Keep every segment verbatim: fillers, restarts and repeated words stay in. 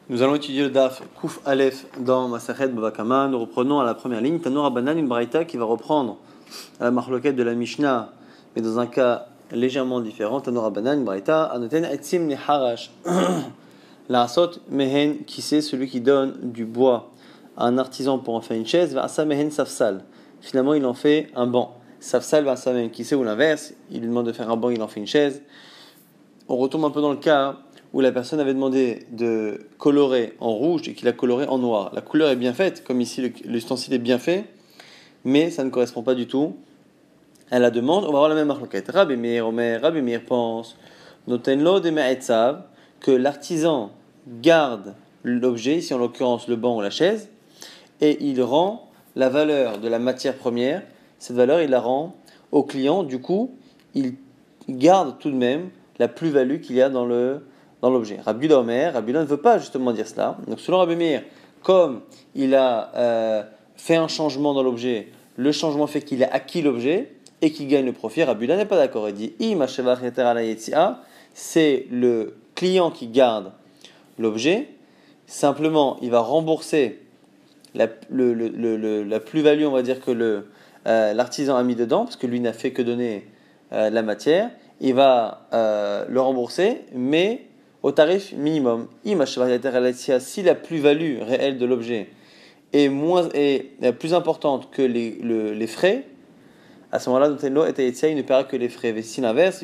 Nous allons étudier le Daf Kouf Aleph dans Masachet Bava Kama. Nous reprenons à la première ligne Tanur Rabbanan, une braïta qui va reprendre à la marloquette de la Mishnah, mais dans un cas légèrement différent. Tanur Rabbanan, une braïta Anoten Etzim ne Harash la Asot Mehen, qui c'est celui qui donne du bois à un artisan pour en faire une chaise, va Asa Mehen Safsal. Finalement, il en fait un banc. Safsal va Asa Mehen, qui c'est, ou l'inverse, il lui demande de faire un banc, il en fait une chaise. On retombe un peu dans le cas où la personne avait demandé de colorer en rouge et qu'il a coloré en noir. La couleur est bien faite, comme ici l'ustensile est bien fait, mais ça ne correspond pas du tout à la demande. On va voir la même marloquette. Rabbi Meir, Omer, Rabbi Meir pense, Notenlo de Me'etzav, que l'artisan garde l'objet, ici en l'occurrence le banc ou la chaise, et il rend la valeur de la matière première, cette valeur il la rend au client, du coup il garde tout de même la plus-value qu'il y a dans le dans l'objet. Rabbi Yehuda Omer, Rabbi Yehuda ne veut pas justement dire cela. Donc selon Rabbi Meir, comme il a euh, fait un changement dans l'objet, le changement fait qu'il a acquis l'objet et qu'il gagne le profit. Rabbi Yehuda n'est pas d'accord. Il dit Im hashevach yeter ala yetzia, c'est le client qui garde l'objet. Simplement, il va rembourser la, le, le, le, le, la plus-value, on va dire que le, euh, l'artisan a mis dedans, parce que lui n'a fait que donner euh, la matière. Il va euh, le rembourser, mais au tarif minimum. Si la plus-value réelle de l'objet est, moins, est plus importante que les, le, les frais, à ce moment-là, il ne paiera que les frais. Mais si l'inverse,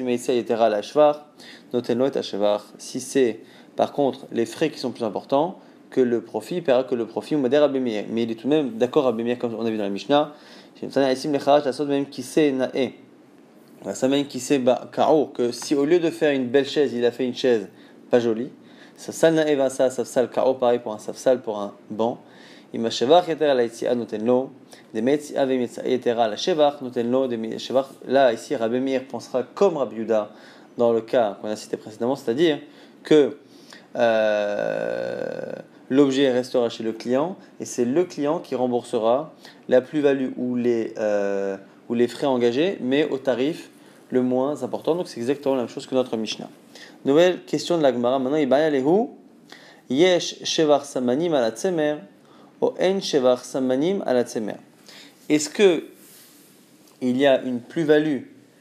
si c'est par contre les frais qui sont plus importants que le profit, il paiera que le profit. Mais il est tout de même d'accord Rabbi Meir, comme on a vu dans la Mishnah. Qui sait que si au lieu de faire une belle chaise, il a fait une chaise pas jolie, safsal naeva sa safsal kao, pareil pour un safsal, pour un banc. Ima shevach yeter la yitzia notenlo de metzia ve metzia yetera la shevach notenlo de shevach. Là ici Rabbi Meir pensera comme Rabbi Yehuda dans le cas qu'on a cité précédemment, c'est-à-dire que euh, l'objet restera chez le client et c'est le client qui remboursera la plus-value ou les euh, ou les frais engagés, mais au tarif le moins important. Donc c'est exactement la même chose que notre Mishnah. Nouvelle question de la Gemara. Maintenant, Ibaya lehu yesh shevar samanim ala tzemer ou en shevar samanim ala tzemer. Est-ce que il y a une plus-value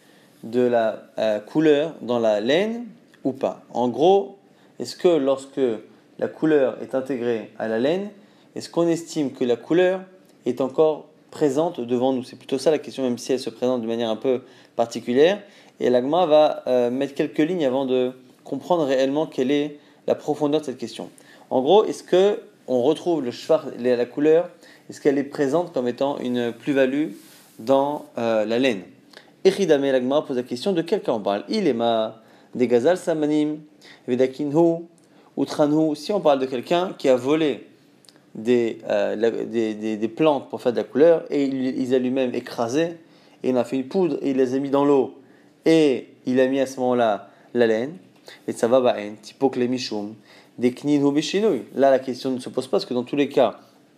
de la euh, couleur dans la laine ou pas? En gros, est-ce que lorsque la couleur est intégrée à la laine, est-ce qu'on estime que la couleur est encore présente devant nous? C'est plutôt ça la question, même si elle se présente de manière un peu particulière. Et l'Agma va euh, mettre quelques lignes avant de comprendre réellement quelle est la profondeur de cette question. En gros, est-ce que on retrouve le shvar, la couleur, est-ce qu'elle est présente comme étant une plus-value dans euh, la laine? Echidame, l'Agma pose la question de quel cas on parle. Il est ma des gazal samanim, vedakinhu, utranhu. Si on parle de quelqu'un qui a volé Des, euh, la, des, des, des plantes pour faire de la couleur et il, il les a lui-même écrasées et il en a fait une poudre et il les a mis dans l'eau et il a mis à ce moment-là la laine et ça va ba'en typok le mishum des knin bishinui. Là la question ne se pose pas parce que dans tous les cas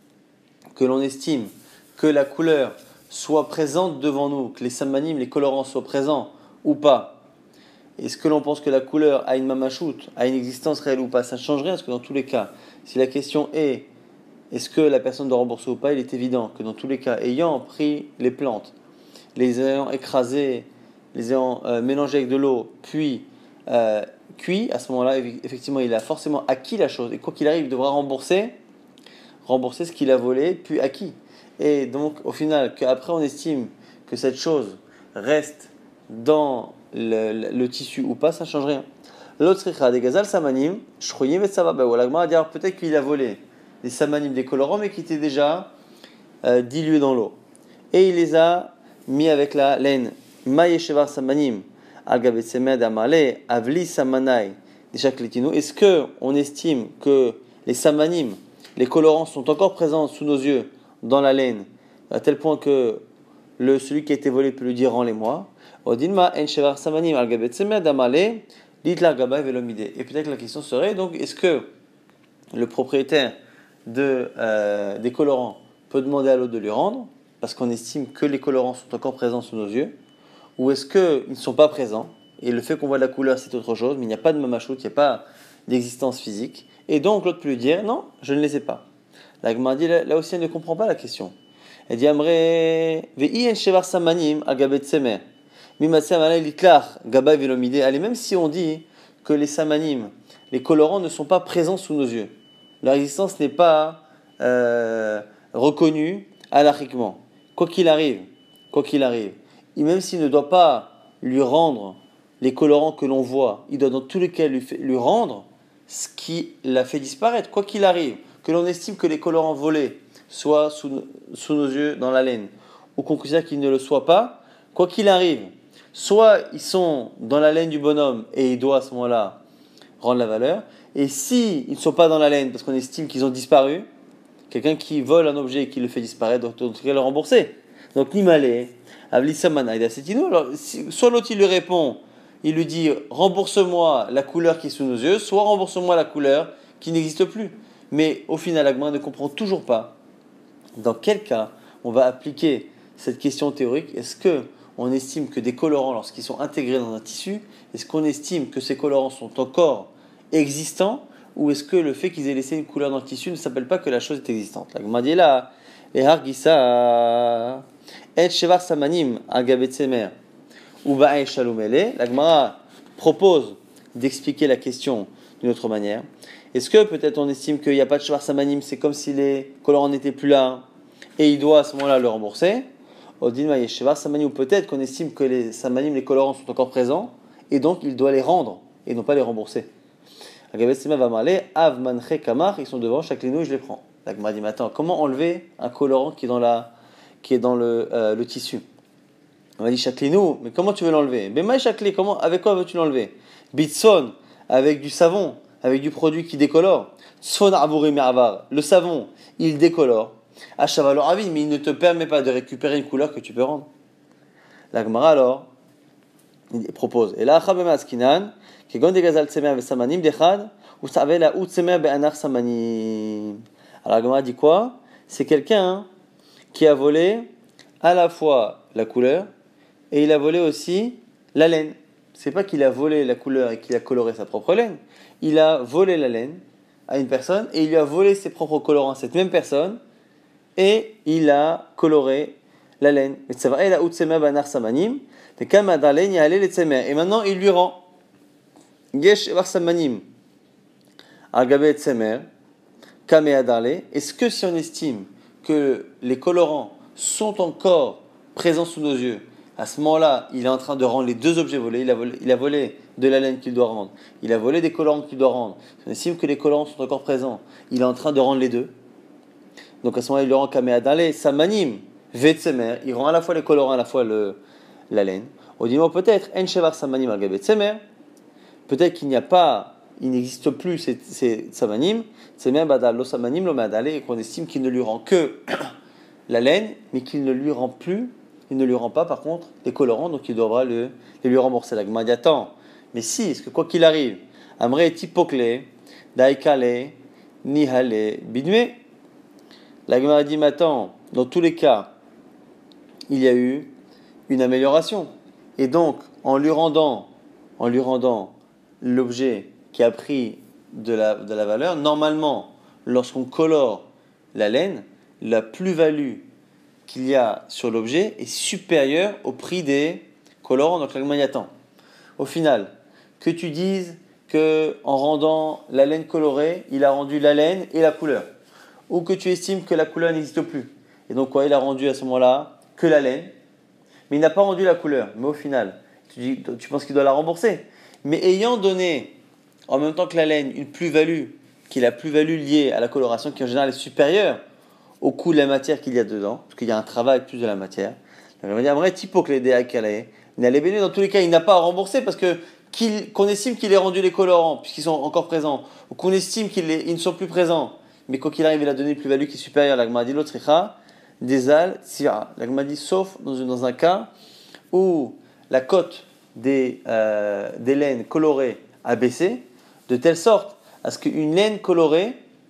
que l'on estime que la couleur soit présente devant nous, que les samanim, les colorants soient présents ou pas, est-ce que l'on pense que la couleur a une mamachout, a une existence réelle ou pas, ça ne change rien parce que dans tous les cas, si la question est est-ce que la personne doit rembourser ou pas, il est évident que dans tous les cas, ayant pris les plantes, les ayant écrasées, les ayant euh, mélangées avec de l'eau, puis euh, cuit, à ce moment-là, effectivement, il a forcément acquis la chose. Et quoi qu'il arrive, il devra rembourser, rembourser ce qu'il a volé, puis acquis. Et donc, au final, qu'après on estime que cette chose reste dans le, le, le tissu ou pas, ça ne change rien. L'autre sricha des gazal samanim, shroyim et savaba. Ou l'agma va dire peut-être qu'il a volé des samanim, des colorants, mais qui étaient déjà euh, dilués dans l'eau. Et il les a mis avec la laine. Maïeshevar samanim, agabetsemed amale, avli samanai, deshakletinu. Est-ce que on estime que les samanim, les colorants, sont encore présents sous nos yeux dans la laine, à tel point que le, celui qui a été volé peut lui dire rends-les-moi? Odinma enshevar samanim, agabetsemed amale, ditla gabay velomide. Et peut-être que la question serait donc est-ce que le propriétaire De, euh, des colorants peut demander à l'autre de lui rendre parce qu'on estime que les colorants sont encore présents sous nos yeux, ou est-ce qu'ils ne sont pas présents et le fait qu'on voit de la couleur c'est autre chose, mais il n'y a pas de mamachout, il n'y a pas d'existence physique Et donc l'autre peut lui dire, non, je ne les ai pas. La Gemara dit, là, là aussi elle ne comprend pas la question. Elle dit, Amré, ve'i en shevar samanim agabet semer. Mimatse amalei litlach gabay velomide. Allez, même si on dit que les samanim, les colorants ne sont pas présents sous nos yeux, leur existence n'est pas euh, reconnue halachiquement. Quoi qu'il arrive, quoi qu'il arrive, et même s'il ne doit pas lui rendre les colorants que l'on voit, il doit dans tous les cas lui, fait, lui rendre ce qui l'a fait disparaître, quoi qu'il arrive, que l'on estime que les colorants volés soient sous, sous nos yeux dans la laine, ou qu'on considère qu'ils ne le soient pas, quoi qu'il arrive, soit ils sont dans la laine du bonhomme et il doit à ce moment-là rendre la valeur, et si ils ne sont pas dans la laine parce qu'on estime qu'ils ont disparu, quelqu'un qui vole un objet et qui le fait disparaître doit en tout cas le rembourser. Donc Nimalé, Avlissamana, soit l'autre il lui répond, il lui dit rembourse-moi la couleur qui est sous nos yeux, soit rembourse-moi la couleur qui n'existe plus. Mais au final, Agma ne comprend toujours pas dans quel cas on va appliquer cette question théorique. Est-ce que on estime que des colorants, lorsqu'ils sont intégrés dans un tissu, est-ce qu'on estime que ces colorants sont encore existants, ou est-ce que le fait qu'ils aient laissé une couleur dans le tissu ne s'appelle pas que la chose est existante? La Gemara dit là, et Hargissa, et Shevar Samanim, Agabet Semer, ou Ba'e Shalomele. La Gemara propose d'expliquer la question d'une autre manière. Est-ce que peut-être on estime qu'il n'y a pas de Shevar Samanim, c'est comme si les colorants n'étaient plus là, et il doit à ce moment-là le rembourser? Odin Ma'e Shevar Samanim, ou peut-être qu'on estime que les Samanim, les colorants sont encore présents, et donc il doit les rendre, et non pas les rembourser. Agabet Semer va m'aller, Av Manche Kamar, ils sont devant, chaque linou, je les prends. La Gemara dit, mais attends, comment enlever un colorant qui est dans, la, qui est dans le, euh, le tissu? On m'a dit, Chaklinou, mais comment tu veux l'enlever? Bema Chakli, comment, avec quoi veux-tu l'enlever? Bitson, avec du savon, avec du produit qui décolore. Tsfon Abouri Me'avar, le savon, il décolore. Achavalo Avi, mais il ne te permet pas de récupérer une couleur que tu peux rendre. La Gemara alors, il propose, et là, Chabema Askinan, qui gonde gazal tsemer ve samanim dechad, ou savait la ou tsemer be anar samanim. Alors la Gemara dit quoi? C'est quelqu'un qui a volé à la fois la couleur et il a volé aussi la laine. C'est pas qu'il a volé la couleur et qu'il a coloré sa propre laine. Il a volé la laine à une personne et il lui a volé ses propres colorants à cette même personne et il a coloré la laine. Et maintenant il lui rend. Est-ce que si on estime que les colorants sont encore présents sous nos yeux, à ce moment-là, il est en train de rendre les deux objets volés. Il a volé, il a volé de la laine qu'il doit rendre. Il a volé des colorants qu'il doit rendre. Si on estime que les colorants sont encore présents, il est en train de rendre les deux. Donc à ce moment-là, il lui rend Kameadale, Samanim, Vetsemer. Il rend à la fois les colorants, à la fois le, la laine. Au dimanche, peut-être, En Shevar Samanim al Vetsemer. Peut-être qu'il n'y a pas, il n'existe plus ces, ces Samanim. Tsemer Badal, lo Samanim, lo Meadale. Et qu'on estime qu'il ne lui rend que la laine, mais qu'il ne lui rend plus. Il ne lui rend pas, par contre, les colorants, donc il devra le, les lui rembourser. La Gemara dit, attends, mais si, est-ce que quoi qu'il arrive, Amré Tipokle, Daikale, Nihale, Bidme. La Gemara dit, mais attends, dans tous les cas, il y a eu une amélioration. Et donc, en lui rendant, en lui rendant l'objet qui a pris de la, de la valeur, normalement, lorsqu'on colore la laine, la plus-value qu'il y a sur l'objet est supérieur au prix des colorants. Donc la Gemara dit, attends, au final, que tu dises que en rendant la laine colorée, il a rendu la laine et la couleur, ou que tu estimes que la couleur n'existe plus, et donc quoi, il a rendu à ce moment-là que la laine, mais il n'a pas rendu la couleur. Mais au final, tu, dis, tu penses qu'il doit la rembourser, mais ayant donné en même temps que la laine une plus-value, qui est la plus-value liée à la coloration, qui en général est supérieure au coût de la matière qu'il y a dedans, parce qu'il y a un travail plus de la matière. On va dire, vrai, typo que les D A Calais, dans tous les cas, il n'a pas à rembourser parce que qu'il, qu'on estime qu'il ait rendu les colorants, puisqu'ils sont encore présents, ou qu'on estime qu'ils les, ils ne sont plus présents, mais quoi qu'il arrive, il a donné une plus-value qui est supérieure. La Gemara dit l'autre, des al, sira. La Gemara dit sauf dans, dans un cas où la cote des, euh, des laines colorées a baissé, de telle sorte à ce qu'une laine colorée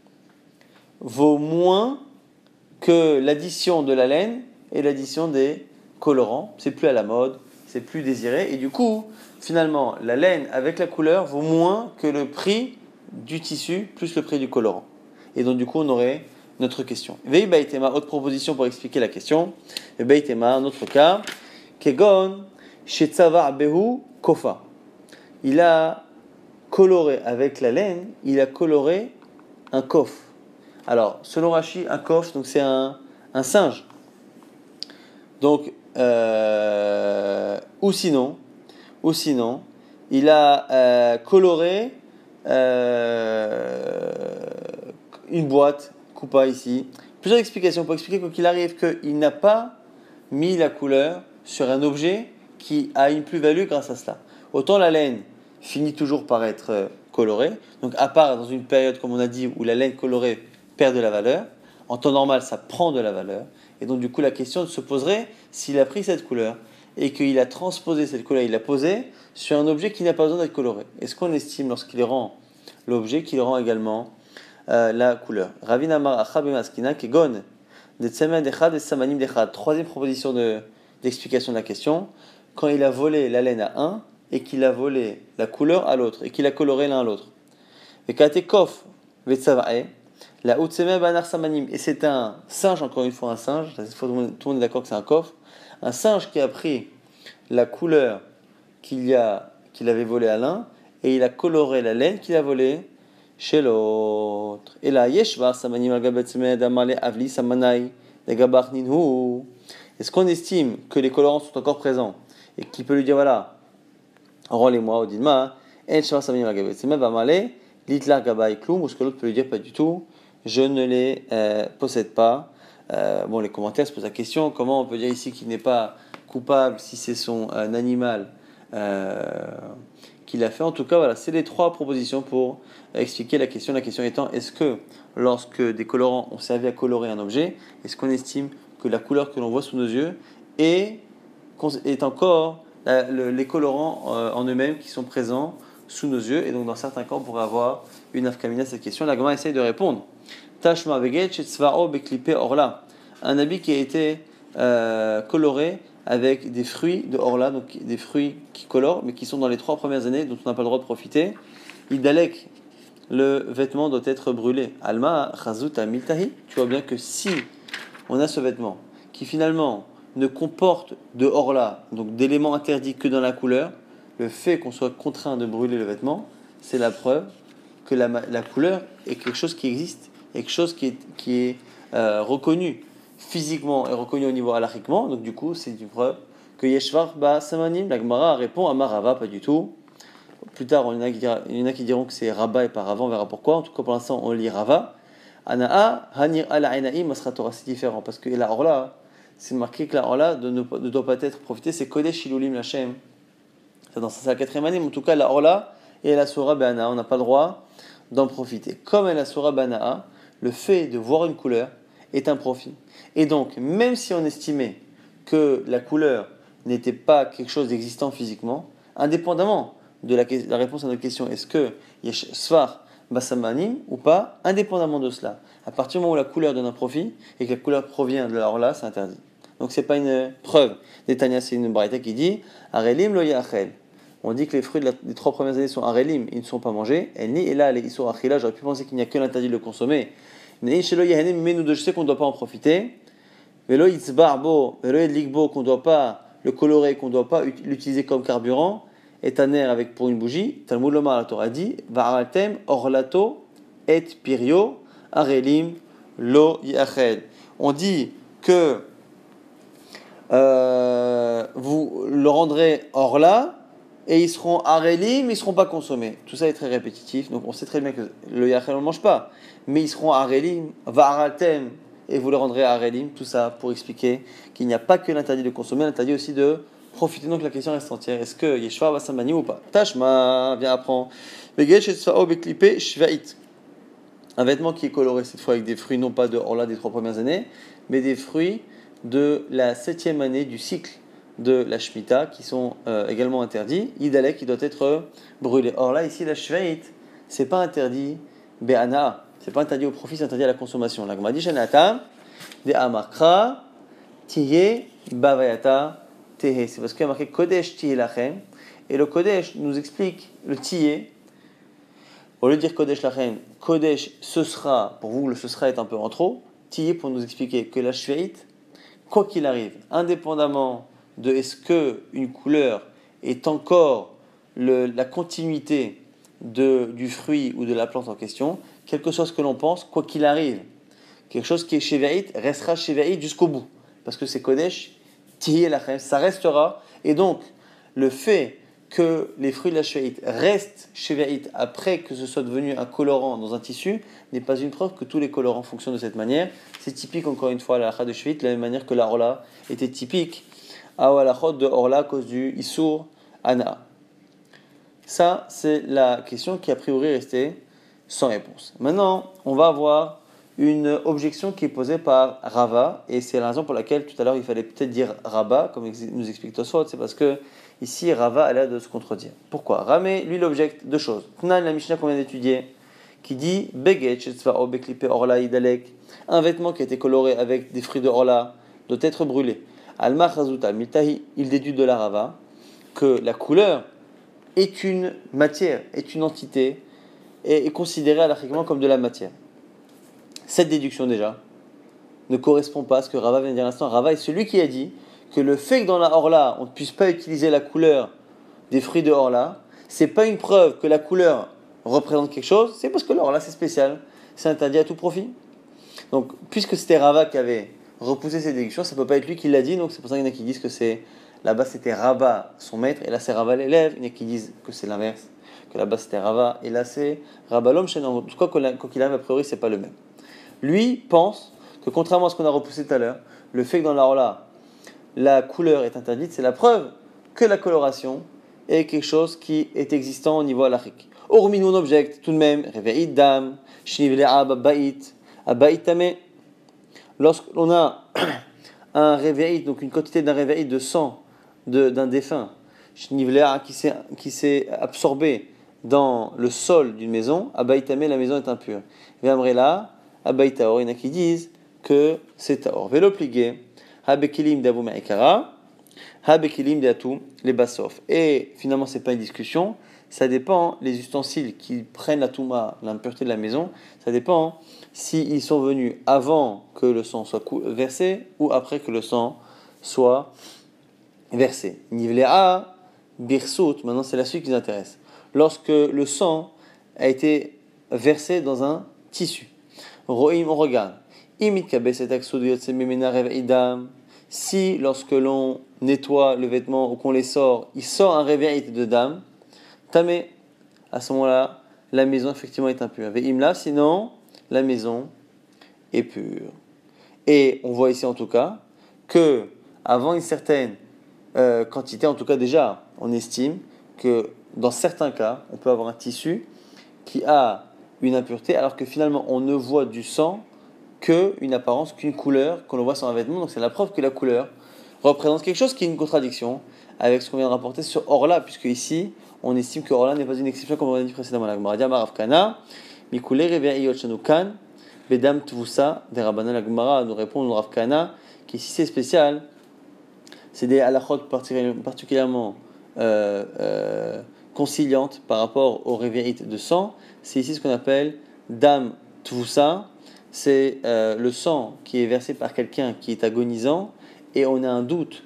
vaut moins que l'addition de la laine et l'addition des colorants. C'est plus à la mode, c'est plus désiré, et du coup, finalement, la laine avec la couleur vaut moins que le prix du tissu plus le prix du colorant. Et donc, du coup, on aurait notre question. Vei baitema, autre proposition pour expliquer la question. Vei baitema, un autre cas. Kegon, shetzava behu kofa. Il a coloré avec la laine, il a coloré un kof. Alors, selon Rashi, un kof, donc c'est un, un singe. Donc, euh, ou sinon, ou sinon, il a euh, coloré euh, une boîte, coupa ici. Plusieurs explications pour expliquer quoi qu'il arrive qu'il n'a pas mis la couleur sur un objet qui a une plus-value grâce à cela. Autant la laine finit toujours par être colorée, donc à part dans une période, comme on a dit, où la laine colorée perd de la valeur, en temps normal, ça prend de la valeur. Et donc, du coup, la question se poserait s'il a pris cette couleur et qu'il a transposé cette couleur, il l'a posée sur un objet qui n'a pas besoin d'être coloré. Est-ce qu'on estime, lorsqu'il rend l'objet, qu'il rend également euh, la couleur? Ravina Mar Achab Maskina Kegon de Tsemen Dechad et Samanim Dechad. Troisième proposition de, d'explication de la question. Quand il a volé la laine à un et qu'il a volé la couleur à l'autre et qu'il a coloré l'un à l'autre. Et Katekof Vetsavae. La Utseme Banar Samanim, et c'est un singe, encore une fois un singe, cette fois tout le monde est d'accord que c'est un coffre, un singe qui a pris la couleur qu'il, y a, qu'il avait volée à l'un, et il a coloré la laine qu'il a volée chez l'autre. Et là, Yeshvar Samanim Al-Gabetzme Damale Avli Samanai Negabar Ninhu. Est-ce qu'on estime que les colorants sont encore présents, et qu'il peut lui dire voilà, rends-les-moi au Dilma, Et Shvar Samanim Al-Gabetzme Damale Litlar Gabai Kloum, ou ce que l'autre peut lui dire pas du tout. Je ne les euh, possède pas. Euh, bon, les commentaires se posent la question, comment on peut dire ici qu'il n'est pas coupable si c'est son un animal euh, qui l'a fait. En tout cas, voilà, c'est les trois propositions pour expliquer la question. La question étant, est-ce que lorsque des colorants ont servi à colorer un objet, est-ce qu'on estime que la couleur que l'on voit sous nos yeux est, est encore la, le, les colorants euh, en eux-mêmes qui sont présents sous nos yeux, et donc dans certains cas on pourrait avoir une afkamina à cette question. La Gemara essaye de répondre. Tashma veget shetzvao beklipe orla, un habit qui a été euh, coloré avec des fruits de orla, donc des fruits qui colorent, mais qui sont dans les trois premières années, dont on n'a pas le droit de profiter. Idalek, le vêtement doit être brûlé. Alma chazuta miltahi, tu vois bien que si on a ce vêtement qui finalement ne comporte de orla, donc d'éléments interdits que dans la couleur, le fait qu'on soit contraint de brûler le vêtement, c'est la preuve que la, la couleur est quelque chose qui existe, quelque chose qui est, qui est euh, reconnu physiquement et reconnu au niveau halachiquement. Donc du coup, c'est une preuve que Yeshvar ba Samanim, la Gemara répond à Marava, pas du tout. Plus tard, il y en a qui, dira, il y en a qui diront que c'est Rabba et pas Rava, on verra pourquoi. En tout cas, pour l'instant, on lit Rava. Anaa, Hanir ala Ainaim, Masra Torah, c'est différent, parce que la Orla, c'est marqué que la Orla ne, ne doit pas être profitée, c'est Kodesh Ilulim Lachem. Dans sa quatrième année, mais en tout cas, la Orla et la Soura Bana, on n'a pas le droit d'en profiter. Comme la Soura Bana, le fait de voir une couleur est un profit. Et donc, même si on estimait que la couleur n'était pas quelque chose d'existant physiquement, indépendamment de la, la réponse à notre question, est-ce que Yesh Svar Basamanim ou pas, indépendamment de cela, à partir du moment où la couleur donne un profit et que la couleur provient de la Orla, c'est interdit. Donc, ce n'est pas une preuve. Netanya, c'est une braïta qui dit Arelim lo yachel. On dit que les fruits de la, des trois premières années sont arelim, ils ne sont pas mangés. Et ni et là, les isur achila, j'aurais pu penser qu'il n'y a que l'interdit de le consommer. Mais nous deux, je sais qu'on ne doit pas en profiter. Velo itzbarbo, velo edlikbo, qu'on ne doit pas le colorer, qu'on ne doit pas l'utiliser comme carburant. Et taner avec pour une bougie. Talmud Lomar, la Torah dit Va'altem orlato et pirio arelim lo yachel. On dit que euh, vous le rendrez orla. Et ils seront arélim, mais ils ne seront pas consommés. Tout ça est très répétitif, donc on sait très bien que le yachel on ne mange pas, mais ils seront arélim, va'aratem, et vous le rendrez arélim. Tout ça pour expliquer qu'il n'y a pas que l'interdit de consommer, l'interdit aussi de profiter. Donc la question reste entière, est-ce que Yeshua va s'amani ou pas? Tashma, viens apprendre. Un vêtement qui est coloré cette fois avec des fruits, non pas de orla des trois premières années, mais des fruits de la septième année du cycle de la Shemitah, qui sont euh, également interdits, Idalek, qui doit être brûlé. Or là, ici, la Shveit, c'est pas interdit, Be'ana, c'est pas interdit au profit, c'est interdit à la consommation. La Gemara dit, Shanata, de Amakra, Tiye, Bavayata, Tehe. C'est parce qu'il y a marqué Kodesh Tiye Lachem, et le Kodesh nous explique le Tiye, Au lieu de dire Kodesh Lachem, Kodesh ce sera, pour vous le ce sera est un peu en trop, Tiyé pour nous expliquer que la Shveit, quoi qu'il arrive, indépendamment de est-ce qu'une couleur est encore le, la continuité de, du fruit ou de la plante en question, quel que soit ce que l'on pense, quoi qu'il arrive, quelque chose qui est Shevaït restera Shevaït jusqu'au bout. Parce que c'est Kodesh, Tiyé Lachem, ça restera. Et donc, le fait que les fruits de la Shevaït restent Shevaït après que ce soit devenu un colorant dans un tissu n'est pas une preuve que tous les colorants fonctionnent de cette manière. C'est typique, encore une fois, à la halakha de Shevaït, de la même manière que la Orla était typique à la halakha de Orla à cause du Issour Ana. Ça, c'est la question qui a priori restait sans réponse. Maintenant, on va avoir une objection qui est posée par Rava, et c'est la raison pour laquelle tout à l'heure il fallait peut-être dire Rabba, comme nous explique Tosfot, c'est parce que ici Rava a l'air de se contredire. Pourquoi? Ramé, lui, l'objecte deux choses. Tnan, la Mishnah qu'on vient d'étudier, qui dit Beget, Shetzva'o, Beklipe, Orla, Idalek, un vêtement qui a été coloré avec des fruits de Orla doit être brûlé. Alma Chazuta, Miltahi, il déduit de la Rava que la couleur est une matière, est une entité, et est considérée alachiquement comme de la matière. Cette déduction déjà ne correspond pas à ce que Rava vient de dire à l'instant. Rava est celui qui a dit que le fait que dans la Orla, on ne puisse pas utiliser la couleur des fruits de Orla, c'est pas une preuve que la couleur représente quelque chose, c'est parce que l'Orla c'est spécial, c'est interdit à tout profit. Donc, puisque c'était Rava qui avait repoussé cette déduction, ça ne peut pas être lui qui l'a dit, donc c'est pour ça qu'il y en a qui disent que c'est là-bas c'était Rava son maître, et là c'est Rava l'élève, il y en a qui disent que c'est l'inverse, que là-bas c'était Rava, et là c'est Rava l'homme chez nous. En tout cas, quoi qu'il arrive, a priori, c'est pas le même. Lui pense que contrairement à ce qu'on a repoussé tout à l'heure, le fait que dans la Orla, la couleur est interdite, c'est la preuve que la coloration est quelque chose qui est existant au niveau halachique. Hormis nous, on objecte tout de même, Reve'id dam, Shnivle'a baba'it, aba'it tameh. Lorsqu'on a un Reve'id, donc une quantité d'un Reve'id de sang de, d'un défunt, Shnivle'a qui s'est, qui s'est absorbé dans le sol d'une maison, aba'it tameh, la maison est impure. Ve'amrela, aba'it taor, il y en a qui disent que c'est taor. Vélo pligué, habekilim d'avu ma'ikara, habekilim d'atu les basof. Et finalement, c'est pas une discussion, ça dépend, les ustensiles qui prennent la touma, l'impureté de la maison, ça dépend s'ils sont venus avant que le sang soit versé ou après que le sang soit versé. Nivlea, birsout, maintenant c'est la suite qui nous intéresse. Lorsque le sang a été versé dans un tissu. Ro'im, on regarde. Si, lorsque l'on nettoie le vêtement ou qu'on les sort, il sort un réveil de dame, tamé, à ce moment-là, la maison effectivement est impure. Ve'imla, sinon, la maison est pure. Et on voit ici en tout cas que, avant une certaine euh, quantité, en tout cas déjà, on estime que dans certains cas, on peut avoir un tissu qui a une impureté, alors que finalement on ne voit du sang qu'une apparence, qu'une couleur, qu'on le voit sur un vêtement. Donc c'est la preuve que la couleur représente quelque chose qui est une contradiction avec ce qu'on vient de rapporter sur Orla, puisque ici on estime que Orla n'est pas une exception comme on a dit précédemment. La Gemara dit Maravkana, Mikule Reve'iyot Shanukan, Bedam Tvusa, des Rabbanan. La Gemara nous répond au Ravkana, qui ici c'est spécial, c'est des halachot particulièrement euh, euh, conciliantes par rapport au Reve'iyot de sang. C'est ici ce qu'on appelle Dam Tvusa, c'est euh, le sang qui est versé par quelqu'un qui est agonisant, et on a un doute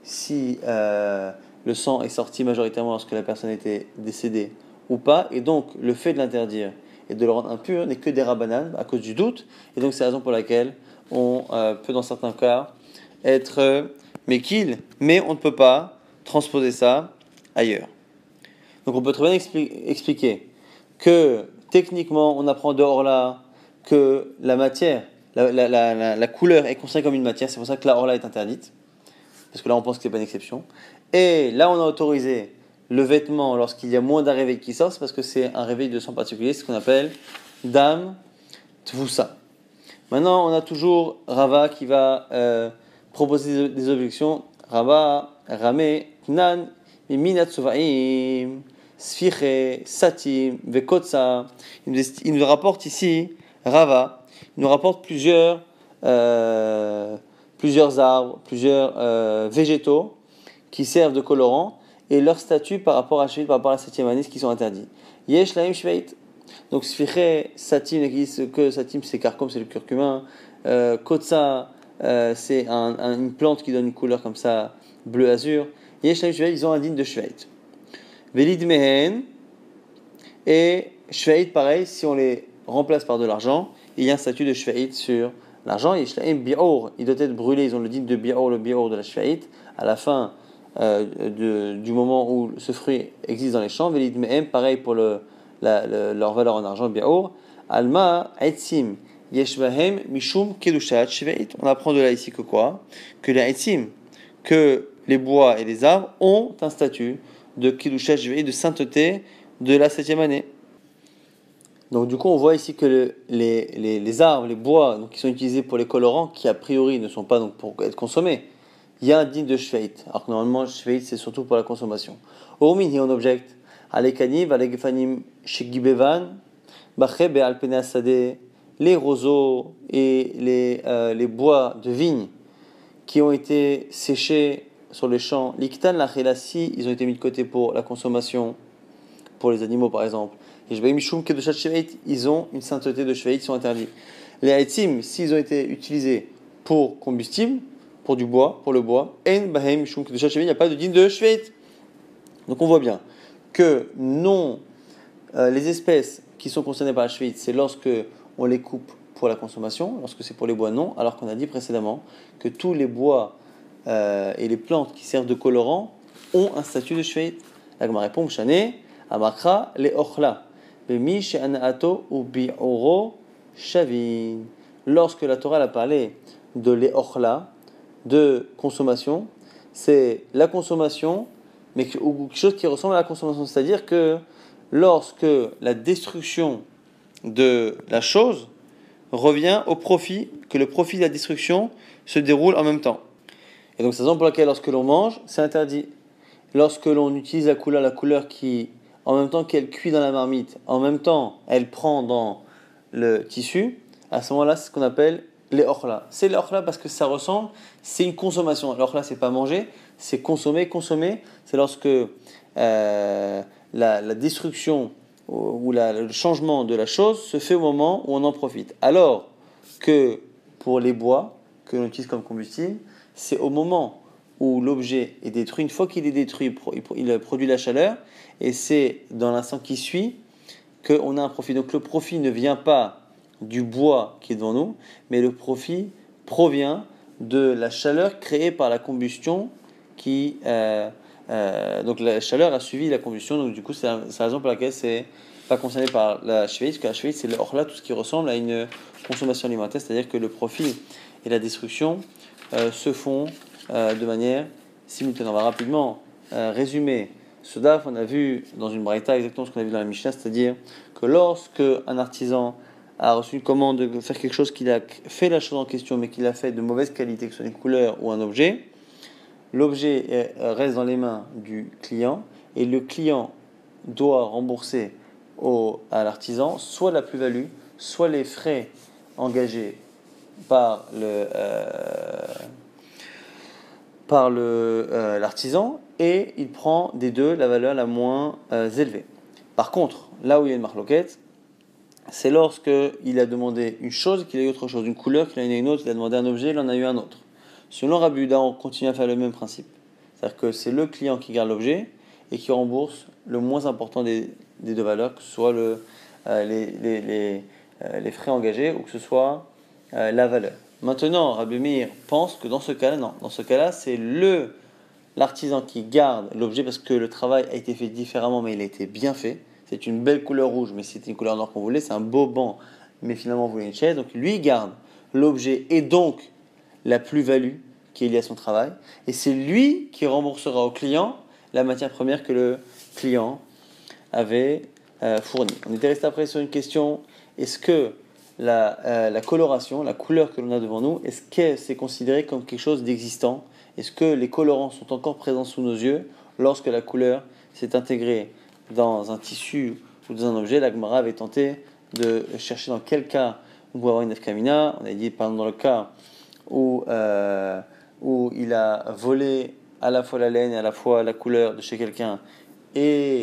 si euh, le sang est sorti majoritairement lorsque la personne était décédée ou pas, et donc le fait de l'interdire et de le rendre impur n'est que des rabbanan à cause du doute, et donc c'est la raison pour laquelle on euh, peut dans certains cas être euh, mekil, mais on ne peut pas transposer ça ailleurs. Donc on peut très bien expli- expliquer que techniquement on apprend dehors là que la matière, la, la, la, la, la couleur est considérée comme une matière, c'est pour ça que la orla est interdite, parce que là on pense que c'est pas une exception. Et là on a autorisé le vêtement lorsqu'il y a moins d'un réveil qui sort, c'est parce que c'est un réveil de sang particulier, c'est ce qu'on appelle dam tvusa. Maintenant on a toujours Rava qui va euh, proposer des, des objections. Rava, Ramé, Nan, Minat Suvaim, Sfiche, Satim, Vekotsa. Il nous rapporte ici Rava, il nous rapporte plusieurs, euh, plusieurs arbres, plusieurs euh, végétaux qui servent de colorant et leur statut par rapport à Shveit, par rapport à la septième année, qui sont interdits. Yesh laim Shveit. Donc sfiché, satim, qui disent que satim c'est carcom, c'est le curcuma. Euh, kotsa, euh, c'est un, un, une plante qui donne une couleur comme ça, bleu azur. Yeshnaim shveit, ils ont un digne de shveit. Velid mehen et shveit, pareil, si on les remplace par de l'argent, il y a un statut de shveit sur l'argent. Yeshnaim bi'or, il doit être brûlé, ils ont le digne de bi'or, le bi'or de la shveit, à la fin euh, de, du moment où ce fruit existe dans les champs. Velid mehen, pareil pour le, la, le, leur valeur en argent, bi'or. Alma, etzim, yeshvahem, mishum, kedushat, shveit. On apprend de là ici que quoi? Que les etzim, que les bois et les arbres ont un statut de kedushat, shveit, de sainteté de la septième année. Donc du coup, on voit ici que le, les, les, les arbres, les bois, donc, qui sont utilisés pour les colorants, qui a priori ne sont pas donc, pour être consommés, il y a un digne de shveit. Alors que normalement, shveit, c'est surtout pour la consommation. Omin, on objecte. Alekaniv, alegefanim, shegibevan, bachebe alpene asade, les roseaux et les, euh, les bois de vigne qui ont été séchés sur les champs, l'iktan, la chelasi, ils ont été mis de côté pour la consommation, pour les animaux par exemple. Et je vais mishum kedushat shveit, ils ont une sainteté de shveit, ils sont interdits. Les haïtim, s'ils ont été utilisés pour combustible, pour du bois, pour le bois, en bahem mishum kedushat shveit, il n'y a pas de digne de shveit. Donc on voit bien que non, euh, les espèces qui sont concernées par la shveit, c'est lorsque on les coupe pour la consommation, lorsque c'est pour les bois non, alors qu'on a dit précédemment que tous les bois euh, et les plantes qui servent de colorant ont un statut de shveit. La Gemara répond, Mshane, Amakra, les ochla, Bemi, She'anaato, ou Bi'oro, Shavin. Lorsque la Torah a parlé de les ochla, de consommation, c'est la consommation, mais ou quelque chose qui ressemble à la consommation, c'est-à-dire que lorsque la destruction de la chose revient au profit, que le profit de la destruction se déroule en même temps. Et donc c'est la raison pour laquelle lorsque l'on mange, c'est interdit. Lorsque l'on utilise la couleur, la couleur qui, en même temps qu'elle cuit dans la marmite, en même temps elle prend dans le tissu, à ce moment-là c'est ce qu'on appelle les orla. C'est les orla parce que ça ressemble, c'est une consommation. L'orla c'est pas manger, c'est consommer. Consommer, c'est lorsque euh, la, la destruction ou la, le changement de la chose se fait au moment où on en profite. Alors que pour les bois que l'on utilise comme combustible, c'est au moment où l'objet est détruit. Une fois qu'il est détruit, il produit la chaleur, et c'est dans l'instant qui suit qu'on a un profit. Donc le profit ne vient pas du bois qui est devant nous, mais le profit provient de la chaleur créée par la combustion qui... Euh, euh, donc la chaleur a suivi la combustion, donc du coup c'est la, c'est la raison pour laquelle c'est pas concerné par la shveit, parce que la shveit c'est le orla, tout ce qui ressemble à une consommation alimentaire, c'est-à-dire que le profit et la destruction euh, se font euh, de manière simultanée. On va rapidement euh, résumer ce daf. On a vu dans une braïta exactement ce qu'on a vu dans la Mishnah, c'est-à-dire que lorsque un artisan a reçu une commande de faire quelque chose, qu'il a fait la chose en question, mais qu'il a fait de mauvaise qualité, que ce soit une couleur ou un objet, l'objet reste dans les mains du client et le client doit rembourser au, à l'artisan soit la plus-value, soit les frais engagés par le euh, par le euh, l'artisan, et il prend des deux la valeur la moins euh, élevée. Par contre, là où il y a une marloquette, c'est lorsque il a demandé une chose, qu'il a eu autre chose, une couleur, qu'il a eu une autre, il a demandé un objet, il en a eu un autre. Selon Rabbi Yehuda, on continue à faire le même principe. C'est-à-dire que c'est le client qui garde l'objet et qui rembourse le moins important des, des deux valeurs, que ce soit le, euh, les, les, les, euh, les frais engagés ou que ce soit euh, la valeur. Maintenant, Rabbi Meir pense que dans ce cas-là, non. Dans ce cas-là, c'est le, l'artisan qui garde l'objet parce que le travail a été fait différemment, mais il a été bien fait. C'est une belle couleur rouge, mais c'était une couleur noire qu'on voulait. C'est un beau banc, mais finalement on voulait une chaise. Donc lui garde l'objet et donc la plus-value qui est liée à son travail. Et c'est lui qui remboursera au client la matière première que le client avait euh, fournie. On était resté après sur une question. Est-ce que la, euh, la coloration, la couleur que l'on a devant nous, est-ce que c'est considéré comme quelque chose d'existant? Est-ce que les colorants sont encore présents sous nos yeux lorsque la couleur s'est intégrée dans un tissu ou dans un objet? La Gemara avait tenté de chercher dans quel cas on peut avoir une nefkamina. On a dit par exemple dans le cas où, euh, où il a volé à la fois la laine et à la fois la couleur de chez quelqu'un, et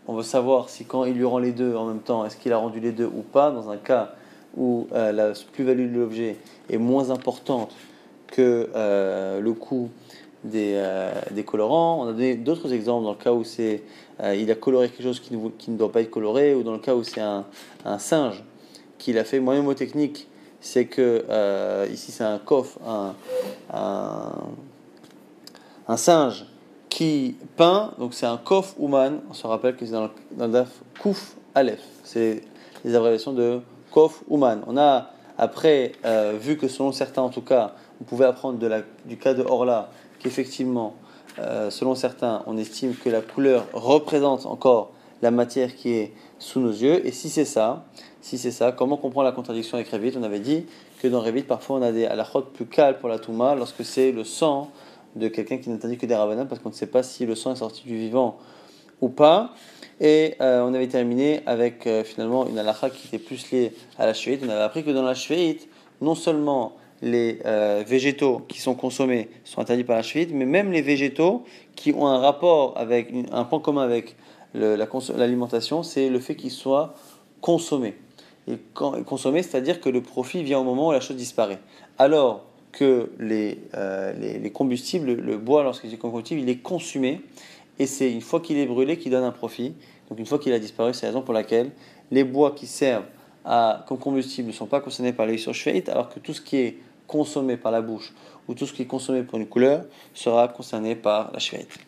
on veut savoir si quand il lui rend les deux en même temps, est-ce qu'il a rendu les deux ou pas, dans un cas où euh, la plus-value de l'objet est moins importante que euh, le coût des, euh, des colorants. On a donné d'autres exemples dans le cas où c'est, euh, il a coloré quelque chose qui ne, qui ne doit pas être coloré, ou dans le cas où c'est un, un singe qui l'a fait. Moyen mot technique, c'est que euh, ici c'est un coffre, un, un, un singe qui peint, donc c'est un Kof Ouman, on se rappelle que c'est dans le, dans le daf Kouf Aleph, c'est les abréviations de Kof Ouman. On a après euh, vu que selon certains en tout cas, on pouvait apprendre de la, du cas de Orla qu'effectivement, euh, selon certains, on estime que la couleur représente encore la matière qui est sous nos yeux, et si c'est ça, si c'est ça, comment comprendre la contradiction avec Revit? On avait dit que dans Revit, parfois on a des halachot plus calmes pour la Touma lorsque c'est le sang de quelqu'un qui n'interdit que des Ravanan, parce qu'on ne sait pas si le sang est sorti du vivant ou pas. Et euh, on avait terminé avec euh, finalement une halakha qui était plus liée à la shvéit. On avait appris que dans la shvéit, non seulement les euh, végétaux qui sont consommés sont interdits par la shvéit, mais même les végétaux qui ont un rapport avec, un point commun avec le, la cons- l'alimentation, c'est le fait qu'ils soient consommés. Et quand, consommés, c'est-à-dire que le profit vient au moment où la chose disparaît. Alors que les, euh, les, les combustibles, le bois, lorsqu'il est combustible, il est consumé, et c'est une fois qu'il est brûlé qu'il donne un profit. Donc une fois qu'il a disparu, c'est la raison pour laquelle les bois qui servent à, comme combustible ne sont pas concernés par l'issur shvéit, alors que tout ce qui est consommé par la bouche, ou tout ce qui est consommé pour une couleur, sera concerné par la shvéit.